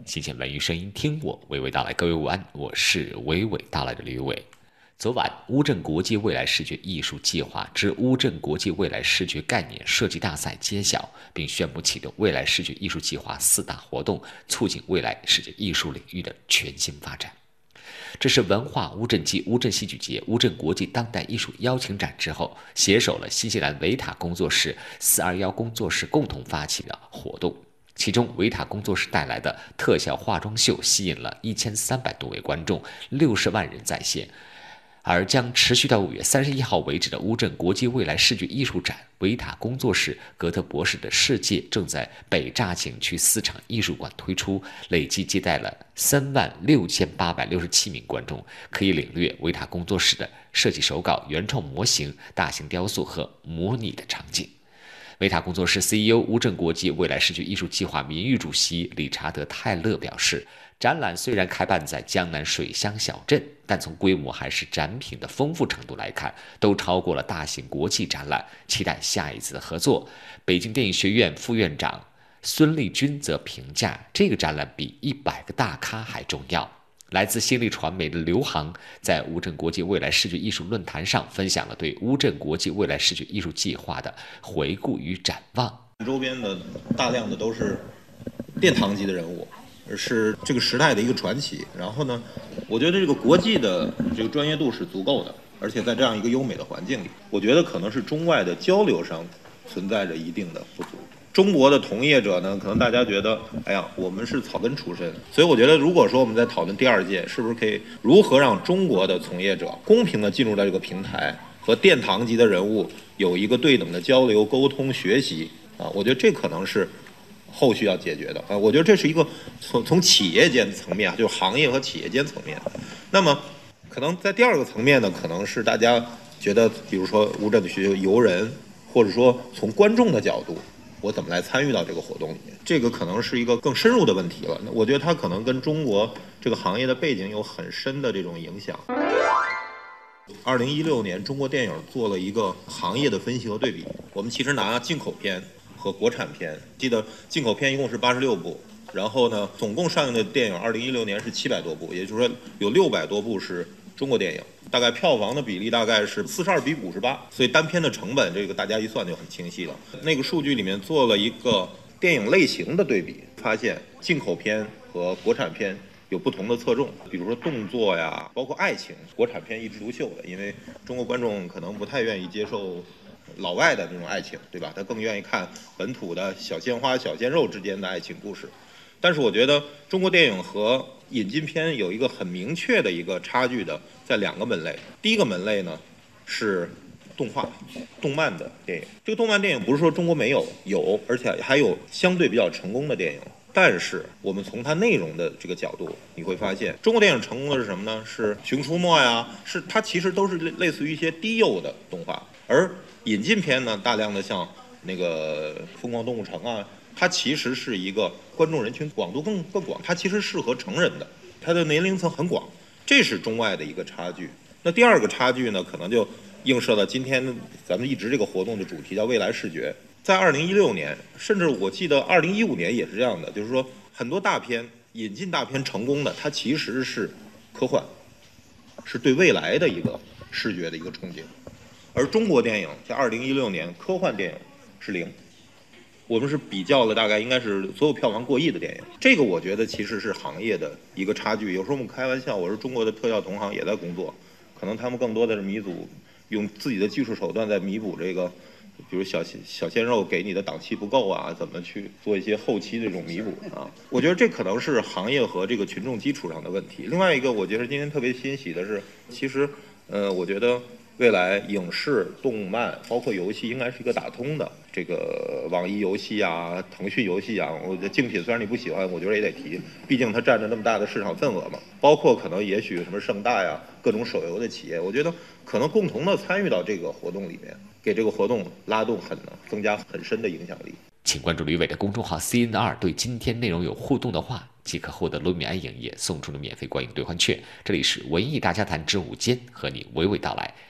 新鲜文娱声音，听我娓娓道来。各位午安，我是娓娓道来的吕伟。昨晚，乌镇国际未来视觉艺术计划之乌镇国际未来视觉概念设计大赛揭晓，并宣布启动未来视觉艺术计划4大活动，促进未来视觉艺术领域的全新发展。这是文化乌镇暨乌镇戏剧节、乌镇国际当代艺术邀请展之后，携手了新西兰维塔工作室、421工作室共同发起的活动。其中，维塔工作室带来的特效化妆秀吸引了1300多位观众，60万人在线。而将持续到5月31号为止的乌镇国际未来视觉艺术展，维塔工作室格特博士的世界正在北栅景区4场艺术馆推出，累计接待了36867名观众，可以领略维塔工作室的设计手稿、原创模型、大型雕塑和模拟的场景。维塔工作室 CEO 乌镇国际未来视觉艺术计划名誉主席理查德·泰勒表示，展览虽然开办在江南水乡小镇，但从规模还是展品的丰富程度来看，都超过了大型国际展览，期待下一次的合作。北京电影学院副院长孙立军则评价，这个展览比100个大咖还重要。来自新力传媒的刘航在乌镇国际未来视觉艺术论坛上分享了对乌镇国际未来视觉艺术计划的回顾与展望。 周边的大量的都是殿堂级的人物，是这个时代的一个传奇。然后呢，我觉得这个国际的这个专业度是足够的，而且在这样一个优美的环境里，我觉得可能是中外的交流上存在着一定的不足。中国的从业者呢，可能大家觉得，哎呀，我们是草根出身，所以我觉得，如果说我们在讨论第2届，是不是可以如何让中国的从业者公平地进入到这个平台，和殿堂级的人物有一个对等的交流、沟通、学习啊？我觉得这可能是后续要解决的啊。我觉得这是一个从企业间层面，就是行业和企业间层面。那么，可能在第2个层面呢，可能是大家觉得，比如说乌镇的学游人，或者说从观众的角度，我怎么来参与到这个活动里面？这个可能是一个更深入的问题了。我觉得它可能跟中国这个行业的背景有很深的这种影响。2016年，中国电影做了一个行业的分析和对比。我们其实拿进口片和国产片，记得进口片一共是86部，然后呢，总共上映的电影2016年是700多部，也就是说有600多部是中国电影，大概票房的比例大概是42比58，所以单片的成本这个大家一算就很清晰了。那个数据里面做了一个电影类型的对比，发现进口片和国产片有不同的侧重，比如说动作呀，包括爱情，国产片一枝独秀的，因为中国观众可能不太愿意接受老外的这种爱情，对吧？他更愿意看本土的小鲜花、小鲜肉之间的爱情故事。但是我觉得中国电影和引进片有一个很明确的一个差距的，在2个门类。第一个门类呢是动画、动漫的电影。这个动漫电影不是说中国没有，有，而且还有相对比较成功的电影。但是我们从它内容的这个角度，你会发现中国电影成功的是什么呢？是《熊出没》呀，是它其实都是类似于一些低幼的动画。而引进片呢，大量的像那个《疯狂动物城》啊，它其实是一个观众人群广度更广，它其实适合成人的，它的年龄层很广，这是中外的一个差距。那第2个差距呢，可能就映射到今天咱们一直这个活动的主题叫未来视觉。在2016年，甚至我记得2015年也是这样的，就是说很多大片引进大片成功的，它其实是科幻，是对未来的一个视觉的一个憧憬。而中国电影在2016年科幻电影是0。我们是比较了大概应该是所有票房过亿的电影，这个我觉得其实是行业的一个差距。有时候我们开玩笑，我说中国的特效同行也在工作，可能他们更多的是用自己的技术手段在弥补这个，比如小鲜肉给你的档期不够啊，怎么去做一些后期的这种弥补啊？我觉得这可能是行业和这个群众基础上的问题。另外一个，我觉得今天特别欣喜的是，其实我觉得未来影视、动漫包括游戏应该是一个打通的。这个网易游戏啊、腾讯游戏啊，我的竞品虽然你不喜欢，我觉得也得提，毕竟它占着那么大的市场份额嘛。包括可能也许什么盛大呀、各种手游的企业，我觉得可能共同的参与到这个活动里面，给这个活动拉动增加很深的影响力。 请关注吕伟的公众号 CN2，对今天内容有互动的话，即可获得卢米埃影业送出的免费观影兑换券。这里是文艺大家谈之午间，和你娓娓道来。